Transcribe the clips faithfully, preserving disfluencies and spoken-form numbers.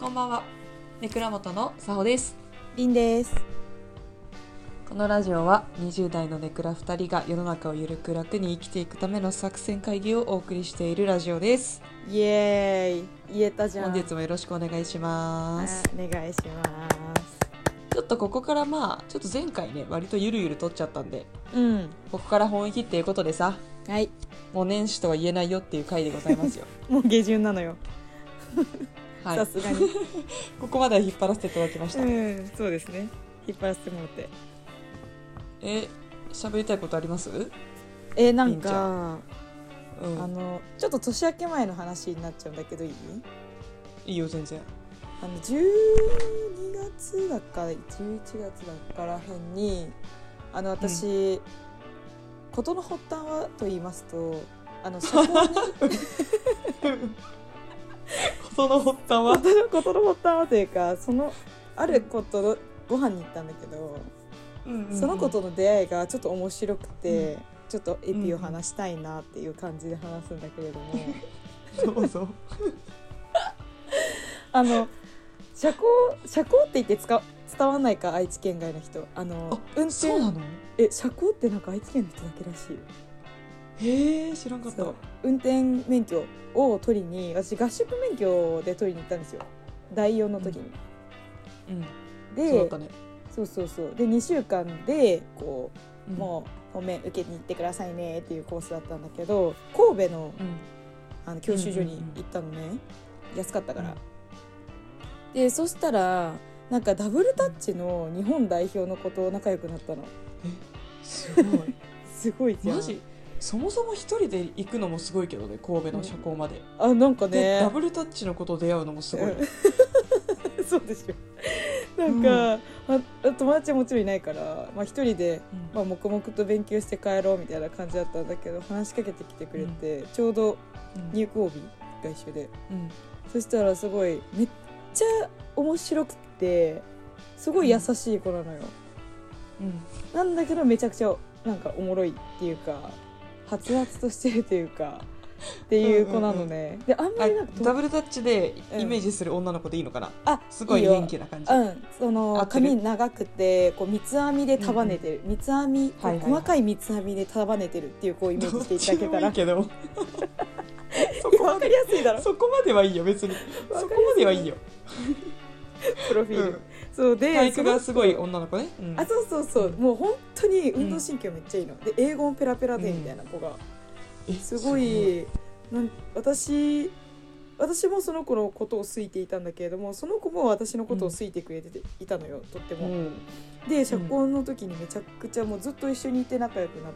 こんばんは。ネクラ元のさほです。 りんです。 このラジオはにじゅう代のネクラふたりが世の中をゆるく楽に生きていくための作戦会議をお送りしているラジオです。 イエーイ、言えたじゃん。 本日もよろしくお願いします。 お願いします。 ちょっとここからまあちょっと前回ね割とゆるゆる撮っちゃったんで、 うん、 ここから本気っていうことでさ、 はい、 もう年始とは言えないよっていう回でございますよ。 もう下旬なのよ。 はい、 さすがにここまでは引っ張らせていただきました。 うん、そうですね。引っ張らせてもらって。 え、喋りたいことあります？ え、なんか、 うん、 あのちょっと年明け前の話になっちゃうんだけどいい？ いいよ全然。 あのじゅうにがつだかじゅういちがつだからへんにあの私、うん、事の発端はと言いますと、あの社交に事の発端は事の発端はというか、そのあることのご飯に行ったんだけど、うんうんうん、その子との出会いがちょっと面白くて、うん、ちょっとエピを話したいなっていう感じで話すんだけれども、 うん、どうぞ。 あの社交社交って言ってつか伝わらないか、愛知県外の人。あのあ、運転そうなの？ え、社交ってなんか愛知県の人だけらしいよ。 へー、知らんかった。 運転免許を取りに、私合宿免許で取りに行ったんですよ、だいよんの時に、 うん、うん、 でそうだったね。 そうそうそう。でにしゅうかんでこう、うん、もう褒め受けに行ってくださいねっていうコースだったんだけど、神戸の、うん、あの教習所に行ったのね、うんうんうん、安かったから、うん、でそしたらなんかダブルタッチの日本代表の子と仲良くなったの。 え、すごい。 すごいじゃん。 マジ？そもそも一人で行くのもすごいけどね、神戸の社交まで、 うん、あ、なんかね、 ダブルタッチの子と出会うのもすごい、ね、 そうでしょ。なんか、うん、ま、友達はもちろんいないから、まあ、一人で、うん、まあ、黙々と勉強して帰ろうみたいな感じだったんだけど、話しかけてきてくれて、うん、ちょうど入校日が一緒で、うん、そしたらすごいめっちゃ面白くて、すごい優しい子なのよ、うん、なんだけどめちゃくちゃなんかおもろいっていうか、はつらつとしてるというかっていう子なのね、うんうんうん、であんまりなんかダブルタッチでイメージする女の子でいいのかな、うん、 あ、 すごい元気な感じ。 うん、その髪長くてこう三つ編みで束ねてる、うんうん、三つ編み、はいはいはい、細かい三つ編みで束ねてるっていう子をイメージしていただけたら。 どっちもいいけどそこ分かりやすいだろ。 そこまではいいよ別に。そこまではいいよ。 プロフィール、うん、そうで体育がすごい女の子ね、 うん、あ、そうそうそう、もう本当に運動神経めっちゃいいの、うん、で英語もペラペラでみたいな子が、うん、すごいなん私私もその子のことを好いていたんだけれども、その子も私のことを好いてくれていたのよ、とっても、うん、で社交の時にめちゃくちゃもうずっと一緒にいて仲良くなって、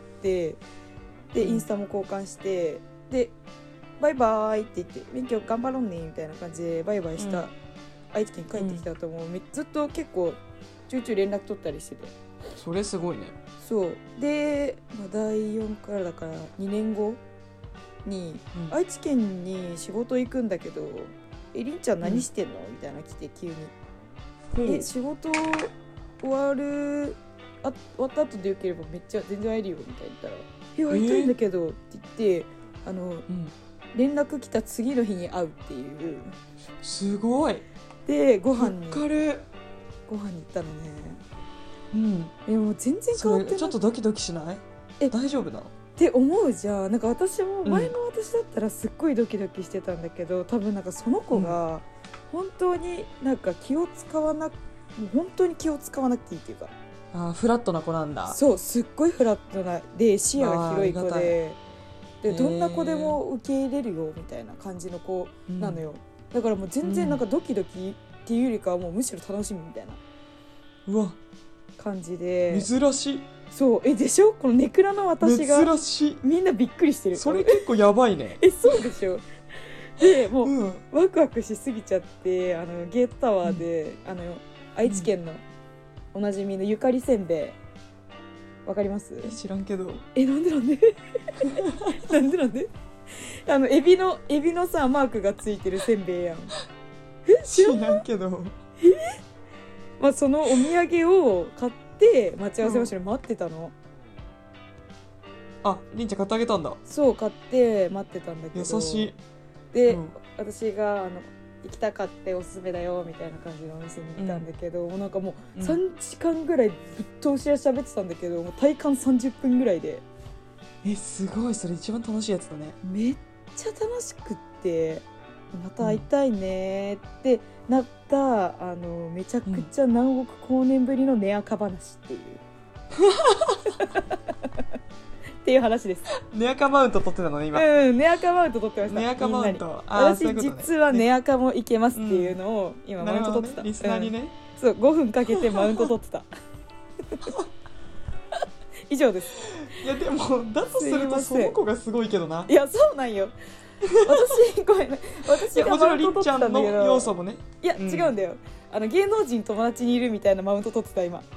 でインスタも交換して、でバイバイって言って勉強頑張ろうねみたいな感じでバイバイした、うん、愛知県帰ってきたと思う、うん、ずっと結構ちょいちょい連絡取ったりしてて。 それすごいね。そうで、まあ、だいよんからだからにねんごに、うん、愛知県に仕事行くんだけど、え、りんちゃん何してんの、うん、みたいな来て急に、うん、え、仕事終わるあ終わった後でよければめっちゃ全然会えるよみたいな言ったら、え、会いたいんだけどって言って、あの、うん、連絡来た次の日に会うっていう。 すごい。 でご飯にかるご飯に行ったのね。 うん。 え、もう全然変わってない。 ちょっとドキドキしない？え、大丈夫なの？ って思うじゃん。なんか私も前の私だったらすっごいドキドキしてたんだけど、うん、多分なんかその子が本当になんか気を使わなく、もう本当に気を使わなくていいっていうか、 あ、フラットな子なんだ。 そう、すっごいフラットなで視野が広い子で、でどんな子でも受け入れるよみたいな感じの子なのよ、うん、だからもう全然なんかドキドキっていうよりかはもうむしろ楽しみみたいなうわ感じで、 珍しい。 そう、え、でしょ、このネクラの私が珍しい。 みんなびっくりしてる。 それ結構やばいね。 え、そうでしょ。でもう、うん、ワクワクしすぎちゃって、あのゲートタワーで、うん、あの愛知県のおなじみのゆかりせんべいわかります？ え、知らんけど。 え、なんでなんでなんでなんであのエビのエビのさマークがついてるせんべいやん。 え、知らん、知らんけど。 え、まあ、そのお土産を買って待ち合わせ場所で待ってたの、 うん、あ、りんちゃん買ってあげたんだ。 そう、買って待ってたんだけど、 優しい。 で、うん、私があの行きたかっておすすめだよみたいな感じのお店に行ったんだけど、もうなんかもううんさんじかんぐらいぶっ通しで喋ってたんだけど、もう体感さんじゅっぷんぐらいでえすごい、それ一番楽しいやつだね。 めっちゃ楽しくって、また会いたいねってなった、あのめちゃくちゃ何億光年ぶりのネアカ話っていう、っていう話です。 ネアカマウント取ってたのね今。 うん、ネアカマウント取ってました。 ネアカマウンみんなにト、あー私そういうことね実はネアカもいけますっていうのを今マウント取ってた、 なるほどね、リスナーにね、 うんそうごふんかけてマウント取ってた以上です。 いやでもだとするとその子がすごいけどな。 いやそうなんよ私ごめんね、私いやもちろんりがマウント取っちゃんのってたんだけど、 要素もね。 いや、 うん違うんだよ、あの芸能人友達にいるみたいなマウント取ってた今。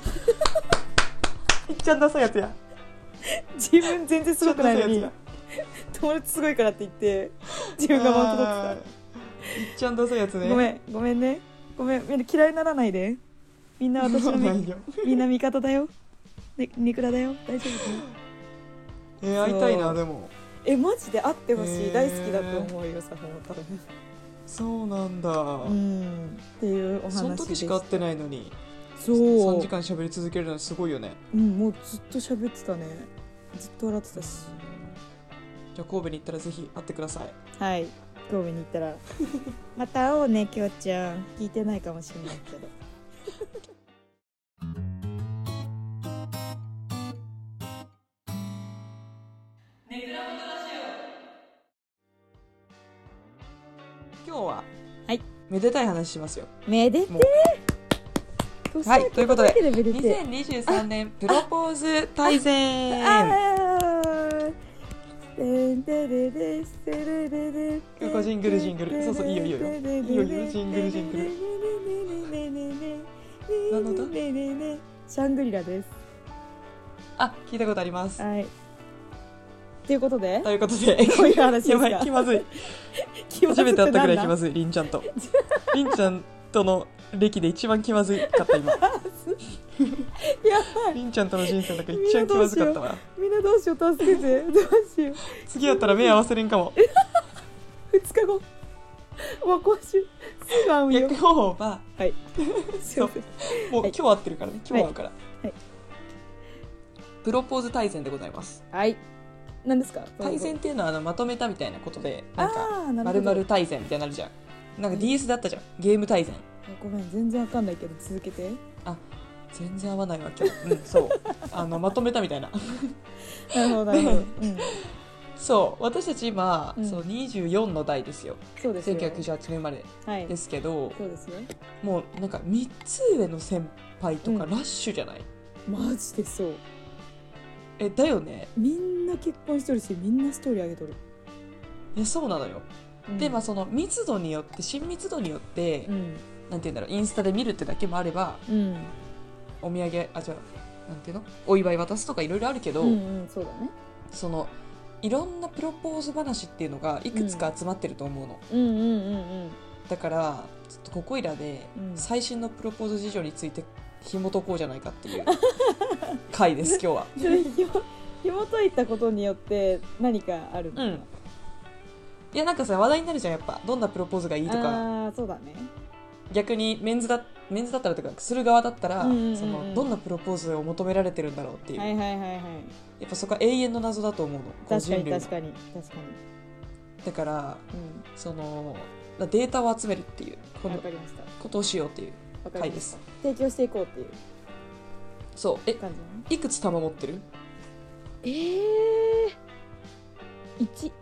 りっちゃんダサいやつや。 自分全然すごくないのにりっ友達すごいからって言って自分がマウント取ってちゃんダサいやつた。 ね。 ごめんごめんね、ごめん、みんな嫌いにならないで、みんな私の味そうなんよ。 みんな味方だよ、ね、ニクラだよ、大丈夫だよ。 えー、会いたいそうなでも。 えマジで会ってほしい、 へー大好きだと思うよさほも多分。 そうなんだ、 うんっていうお話でした。 その時しか会ってないのにそうさんじかん喋り続けるのはすごいよね。 うん、もうずっと喋ってたね、ずっと笑ってたし。 じゃあ神戸に行ったらぜひ会ってください。 はい、神戸に行ったらまた会おうね、きょうちゃん。聞いてないかもしれないけど今日は、 はい、 めでたい話しますよ。 めでてもうーはい、ということで年明けだけでめでてーにせんにじゅうさんねんプロポーズ大全。 あーででででででででここジングルジングル、そうそう、いいよいいよいいよいいよいいよ、ジングルジングル。何の歌？ シャングリラです。 あ、聞いたことあります。 はいということでということでこういう話ですか。 やばい、気まずい。 気まずくて初めて会ったくらい気まなんだずい、りんちゃんと。りんちゃんとの歴で一番気まずかった今。 やばい、 りんちゃんとの人生の中一番気まずかったわ。 みんなどうしよう、助けて、どうしよう。 次やったら目合わせれんかも。 ふつかごもう今週すぐ会うよ。 いや今日ははいすいません。 もうはい今日会ってるからね、今日会うから、 はいプロポーズ大全でございます。 はい何ですか大全っていうのはあのまとめたみたいなことで、なんかあーなるまるほどまる大全みたいになるじゃん。なんか ディーエス だったじゃん、ゲーム大全。 ごめん全然わかんないけど続けて。 全然合わないわ今日。うん、そうあのまとめたみたいな。 なるほどなるほど、うん、 そう私たち今、 うんそうにじゅうよんの代ですよ。 そうですよ。 せんきゅうひゃくきゅうじゅうはちねん生まれはいですけど、 そうですよ。 もうなんかみっつ上の先輩とかうんラッシュじゃない、 マジでそう。 えだよね。 みんな結婚しとるしみんなストーリー上げとる。 いやそうなのよ、 うんでまあその密度によって親密度によって、 うんなんていうんだろう、インスタで見るってだけもあれば、 うんお土産あじゃあなんていうのお祝い渡すとかいろいろあるけど、 うんうんそうだね。 そのいろんなプロポーズ話っていうのがいくつか集まってると思うの、 うんうんうんうんだからちょっとここいらでうん最新のプロポーズ事情について紐解こうじゃないかっていう回です今日は。 それひも紐解いたことによって何かあるのかな。 うんいやなんかさ話題になるじゃん、やっぱどんなプロポーズがいいとか。 ああそうだね。 逆にメンズだメンズだったらとかする側だったら、 うんうんうんうんそのどんなプロポーズを求められてるんだろうっていう、 はいはいはいはい。 やっぱそこは永遠の謎だと思うの、こう確かに人類の確かに確かに。 だからうそのデータを集めるっていうこんのわかりました。 ことをしようっていうわかりまし回ですた。提供していこうっていうそうえ感じね。 いくつ玉持ってる？ ええー、いち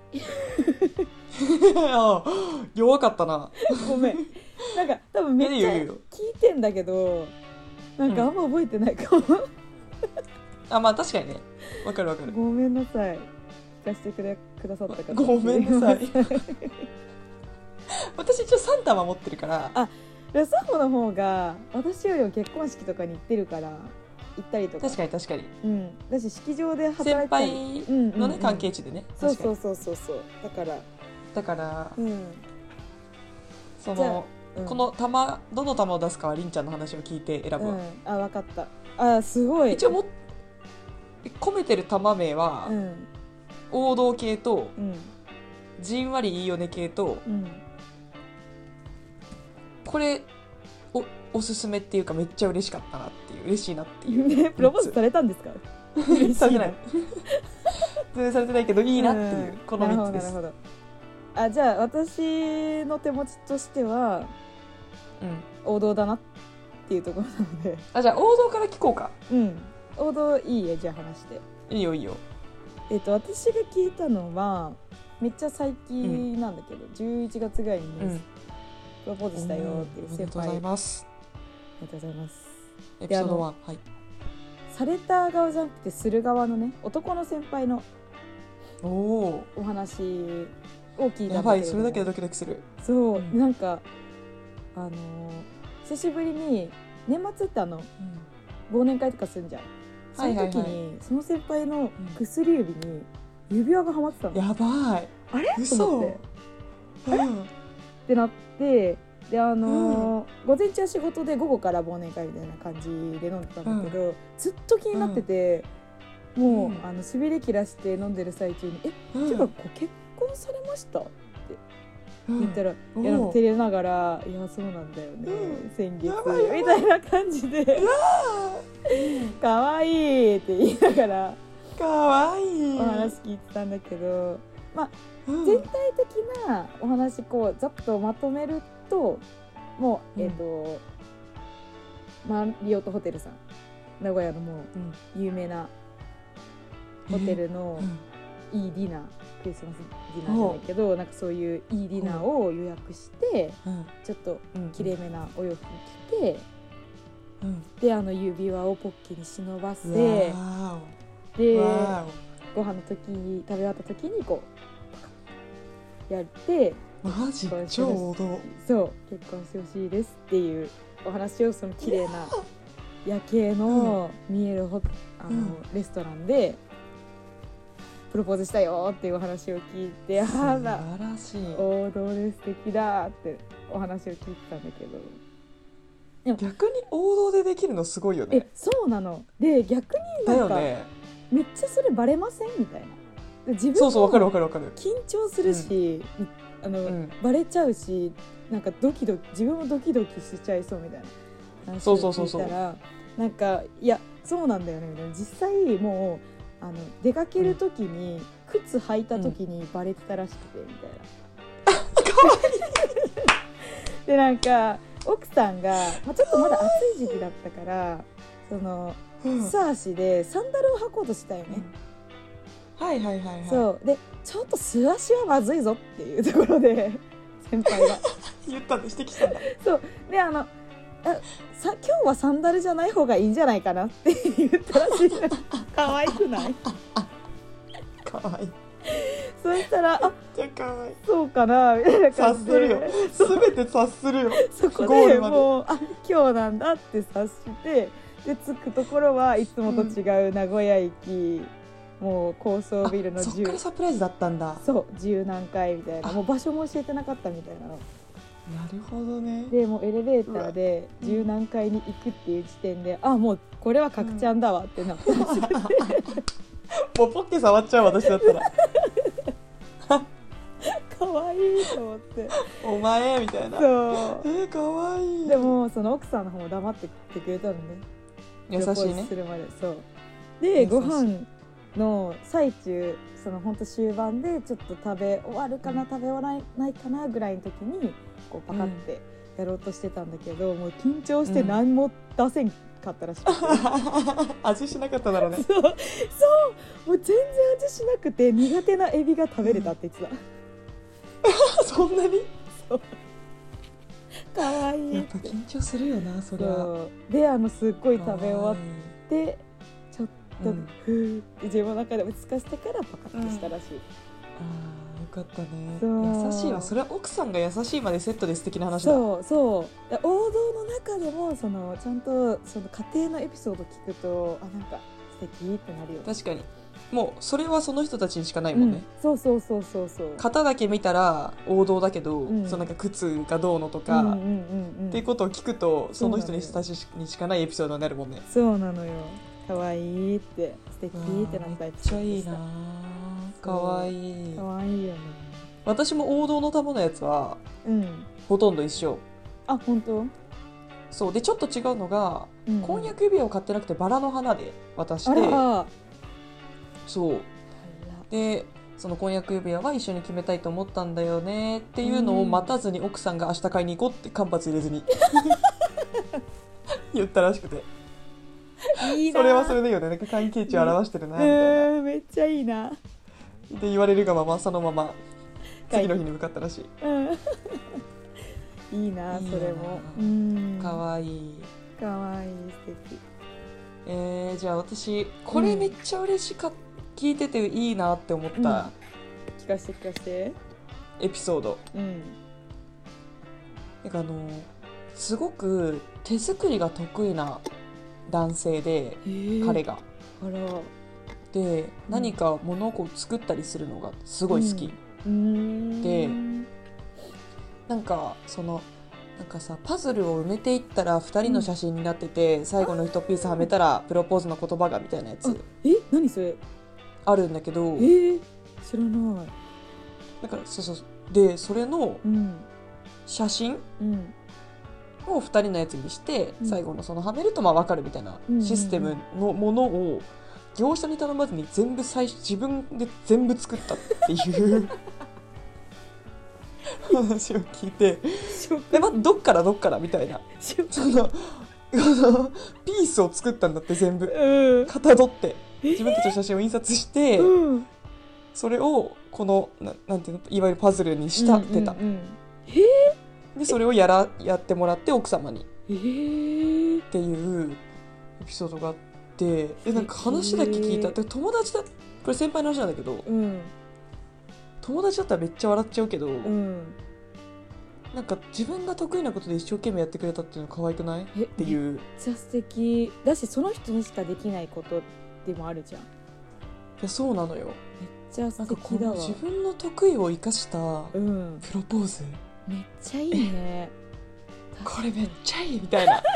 あ弱かったな。 ごめん。なんか多分めっちゃ聞いいいよいいよてんだけど、なんかあんま覚えてないかも。 あまあ確かにね、わかるわかる。 ごめんなさい。聞かせてくれくださった方。 ごめんなさいすません。 私一応さん玉持ってるからあラサホの方が私よりも結婚式とかに行ってるから行ったりとか。 確かに確かにうん。だし式場で働先いてたり。 輩うんうんうんのね関係値でね、 そう確かにそうそうそうそう。だからだからうん。 そじゃあのうんこの玉どの玉を出すかはりんちゃんの話を聞いて選ぶわ、 うん。あ分かった。あすごい。 一応も込めてる玉名は、 うん王道系とうんじんわりいいよね系とうんこれおおすすめっていうかめっちゃ嬉しかったなっていう嬉しいなっていうね、プロポーズされたんですか？ されてない全然されてないけどいいなっていう、うん、このみっつです。 なるほどなるほど。あ、じゃあ私の手持ちとしては、うん、王道だなっていうところなので、 あ、じゃあ王道から聞こうか。 うん、王道いいえ、じゃあ話して。 いいよいいよ。 えっと私が聞いたのはめっちゃ最近なんだけど、うん、じゅういちがつぐらいに、ね、うん、プロポーズしたよっていう先輩。 ありがとうございます。 ありがとうございます。 エピソードいち、はい。 された側じゃなくてする側のね、男の先輩のおお話を聞いたんだけど、 やばい、それだけでドキドキする。 そう、うん、なんかあのー、久しぶりに年末ってあの、うん、忘年会とかするんじゃん。その時に、はいはいはい、その先輩の薬指に指輪がはまってたの。 やばい。 あれ嘘と思って、うん、あれってなって、であのーうん、午前中は仕事で午後から忘年会みたいな感じで飲んでたんだけど、うん、ずっと気になってて、うん、もう、うん、あのしびれ切らして飲んでる最中に「え、うん、てかこう結婚されました？」って言ったら、うん、いやなんか照れながら「いやそうなんだよね、うん、先月」みたいな感じで「かわいい」って言いながらかわいいお話聞いてたんだけど、まあ、うん、全体的なお話こうざっとまとめるともう、えーとうん、マリオットホテルさん、名古屋のもう有名なホテルのいいディナー、クリスマスディナーじゃないけど、なんかそういういいディナーを予約して、うん、ちょっときれいめなお洋服着て、うん、であの指輪をポッケに忍ばせ、でご飯の時食べ終わった時にこうやってマジ超王道。 そう結婚してほしいですっていうお話をその綺麗な夜景の見えるホ、うん、あの、うん、レストランでプロポーズしたよっていうお話を聞いて、あら素晴らしい王道で素敵だってお話を聞いてたんだけど、 でも逆に王道でできるのすごいよね。 えそうなので、逆になんか、ね、めっちゃそれバレませんみたいな。自分もそうそうわかるわかるわかる。 緊張するし、うんあのうん、バレちゃうし、なんかドキドキ自分もドキドキしちゃいそうみたいな話を聞いたら、なんかいやそうなんだよねみたいな。実際もうあの出かける時に、うん、靴履いた時にバレてたらしくてみたいな、うん、かわいいでなんか奥さんが、まあ、ちょっとまだ暑い時期だったからその、うん、素足でサンダルを履こうとしたよね、 うん、はいはいはいはい。 そうでちょっと素足はまずいぞっていうところで先輩が言ったんで指摘したんだ。 そうであのあさ今日はサンダルじゃない方がいいんじゃないかなって言ったらしい。可愛くない？ 可愛い。 そしたらあめっちゃ可愛い。 そうかなみたいな感じで。察するよ。 すべて察するよ。 そこでもうあ今日なんだって察してで着くところはいつもと違う名古屋駅。うんもう高層ビルのそっからサプライズだったんだ。 そう十何階みたいな、もう場所も教えてなかったみたいなの。 なるほどね。 でもうエレベーターで十何階に行くっていう時点で、うん、あもうこれは角ちゃんだわってなったらしくて、うん、もうポッケ触っちゃう私だったら可愛いと思ってお前みたいな。そうえー、可愛い。 でもその奥さんの方も黙っててくれたのね。 優しいね。 するまでそうでご飯の最中その本当終盤でちょっと食べ終わるかな、うん、食べ終わらないかなぐらいの時にこうパカってやろうとしてたんだけど、うん、もう緊張して何も出せんかったらしくて、 うん、味しなかっただろうね。 そうそうもう全然味しなくて苦手なエビが食べれたって言ってた、うん、そんなにそうかわいい。 やっぱ緊張するよなそれは。 であのすっごい食べ終わってちょっとうん、ふーって自分の中で落ち着かせてからパカッとしたらしい、うん、 あーよかったね。優しいわ。それは奥さんが優しいまでセットで素敵な話だ。 そうそう王道の中でもそのちゃんとその家庭のエピソード聞くとあなんか素敵ってなるよ。 確かにもうそれはその人たちにしかないもんね、うん、 そうそうそうそうそう。 型だけ見たら王道だけど、うん、そのなんか靴がどうのとか、うんうんうんうん、っていうことを聞くとその人ににしかないエピソードになるもんね。 そうなのよ。可愛いって素敵ってなったエピソードでした。 めっちゃいいな。可愛い。 可愛いよね。 私も王道の玉のやつは、うん、ほとんど一緒。 ああ、本当？ そうでちょっと違うのが、 うんうん、 婚約指輪を買ってなくてバラの花で渡して、 あらそうでその婚約指輪は一緒に決めたいと思ったんだよねっていうのを待たずに奥さんが明日買いに行こうって間髪入れずに言ったらしくて、 いいな。 それはそれでよね、なんか関係値を表してるなみたいな、 うん、めっちゃいいな。 で言われるがままそのまま次の日に向かったらしい。 うん、いいな、それも。 いいな、かわいい、 かわいい、素敵。 えー、じゃあ私これめっちゃ嬉しかった、うん、聞いてていいなって思った、うん、 聞かせて聞かせてエピソード、 うん、 なんかあのすごく手作りが得意な男性で、彼があらで、何か物をこう作ったりするのがすごい好き、 うん、 でなんかそのなんかさパズルを埋めていったらふたりの写真になってて、うん、最後の一ピースはめたらプロポーズの言葉がみたいなやつえ何それあるんだけど、 えー、知らない。 だからそうそうでそれの写真をふたりのやつにして、うん、最後のそのはめるとまあ分かるみたいなシステムのものを業者に頼まずに全部最初自分で全部作ったっていう話を聞いてえ、ま、どっからどっからみたいなそのピースを作ったんだって全部、うん、かたどって自分たちの写真を印刷して、うん、それをこの な, なんていうのいわゆるパズルに仕立てた、うんうんうん、でそれをやらやってもらって奥様に、えー、っていうエピソードがあってえなんか話だけ聞いたで友達だこれ先輩の話なんだけど、うん、友達だったらめっちゃ笑っちゃうけど、うん、なんか自分が得意なことで一生懸命やってくれたっていうの可愛くないっていう。 めっちゃ素敵だしその人にしかできないことでもあるじゃん。いやそうなのよ。 めっちゃ素敵だわ。 自分の得意を生かしたプロポーズ、 うん、めっちゃいいねこれめっちゃいいみたいな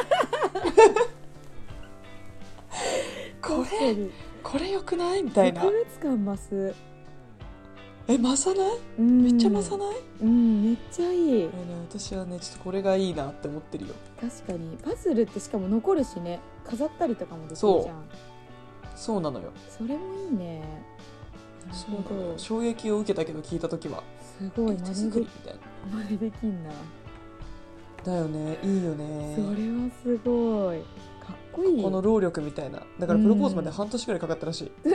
これこれよくないみたいな特別感増す。 え増さない、うん、めっちゃ増さない、 うん、めっちゃいい、ね、 私はねちょっとこれがいいなって思ってるよ。 確かにパズルってしかも残るしね飾ったりとかもできるじゃん。 そうそうなのよ。 それもいいね。 そうだ衝撃を受けたけど聞いた時はすごい手作りみたいな真似できんな。 だよねいいよね。 それはすごいかっこいい。 この労力みたいなだからプロポーズまで半年くらいかかったらしい、うん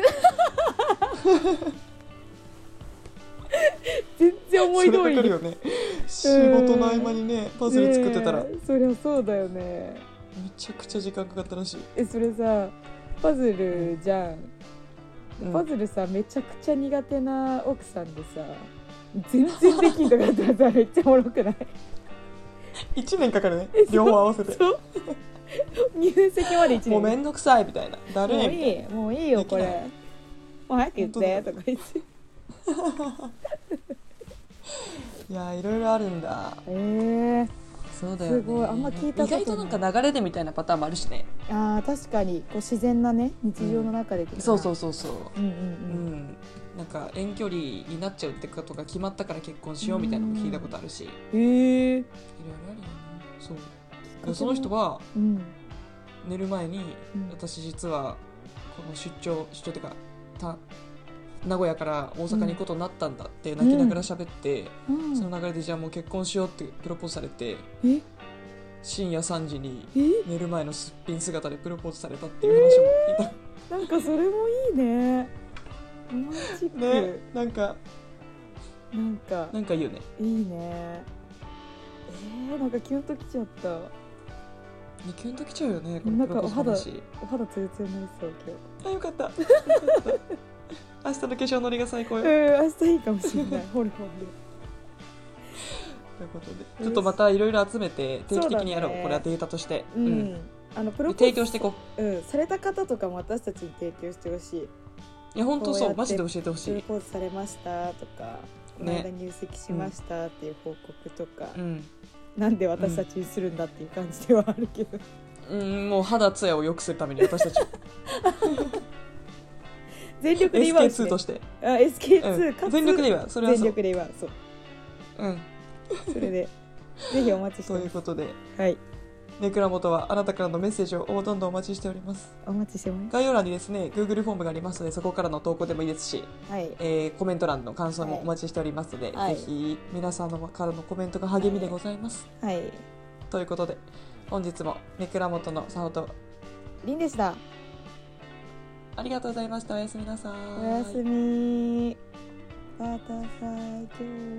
全然思い通り。 それかかるよね仕事の合間にねパズル作ってたら、 ね、そりゃそうだよね。 めちゃくちゃ時間かかったらしい。 えそれさパズルじゃん、うん、パズルさめちゃくちゃ苦手な奥さんでさ全然できんとかだったらさめっちゃおもろくないいちねんかかるね両方合わせてそう入籍までいちねんもうめんどくさいみたいなだるいみたいなもういいもういいよこれもう早く言ってとか言っていやいろいろあるんだ。 えー、 そうだよね。 すごいあんま聞いたことない。 意外となんか流れでみたいなパターンもあるしね。 あ確かにこう自然なね日常の中で、 うん、そうそうそうそう、 うんうんうんうんなんか遠距離になっちゃうってことが決まったから結婚しようみたいなのも聞いたことあるし、 へえー、いろいろあるよね。そうその人は、うん、寝る前に、うん、私実はこの出張出張っていうかた名古屋から大阪に行くことになったんだって泣きながら喋って、うん、その流れでじゃあもう結婚しようってプロポーズされて、え深夜さんじに寝る前のすっぴん姿でプロポーズされたっていう話も聞いた、 えー、なんかそれもいいねロマンチックね。なんかなんかなんかいいよね。 いいね。えー、なんかキュンときちゃった。 キュンときちゃうよね。 なんかお肌お肌ツルツルになりそう今日。 あよかった。よかった明日の化粧のりが最高よ。 うん明日いいかもしれない。ほれほれ。 ということでちょっとまたいろいろ集めて定期的にやろう。うね、これはデータとして。 うん。うん、あのプロポーズ提供していこう。うんされた方とかも私たちに提供してほしい。 いや本当そうマジで教えてほしい。 プロポーズされましたとか、この間入籍しましたっていう報告とか、ねうん、なんで私たちにするんだっていう感じではあるけど、 うん、うんもう肌ツヤを良くするために私たち全力で祝うし、ね、 エスケーツー としてあ エスケーツー かつ全力で祝うそれはそう全力で祝うそううんそれでぜひお待ちしてます。 ということで、 はい、 ネクラ元はあなたからのメッセージをどんどんお待ちしております。 お待ちしてます。 概要欄にですね Google フォームがありますので、そこからの投稿でもいいですし、 はい、 えーコメント欄の感想もお待ちしておりますので、 はい、 ぜひ皆さんのからのコメントが励みでございます。 はい、 ということで本日もネクラ元のさほとりんでした。 ありがとうございました。おやすみなさい。 おやすみ。バタフライ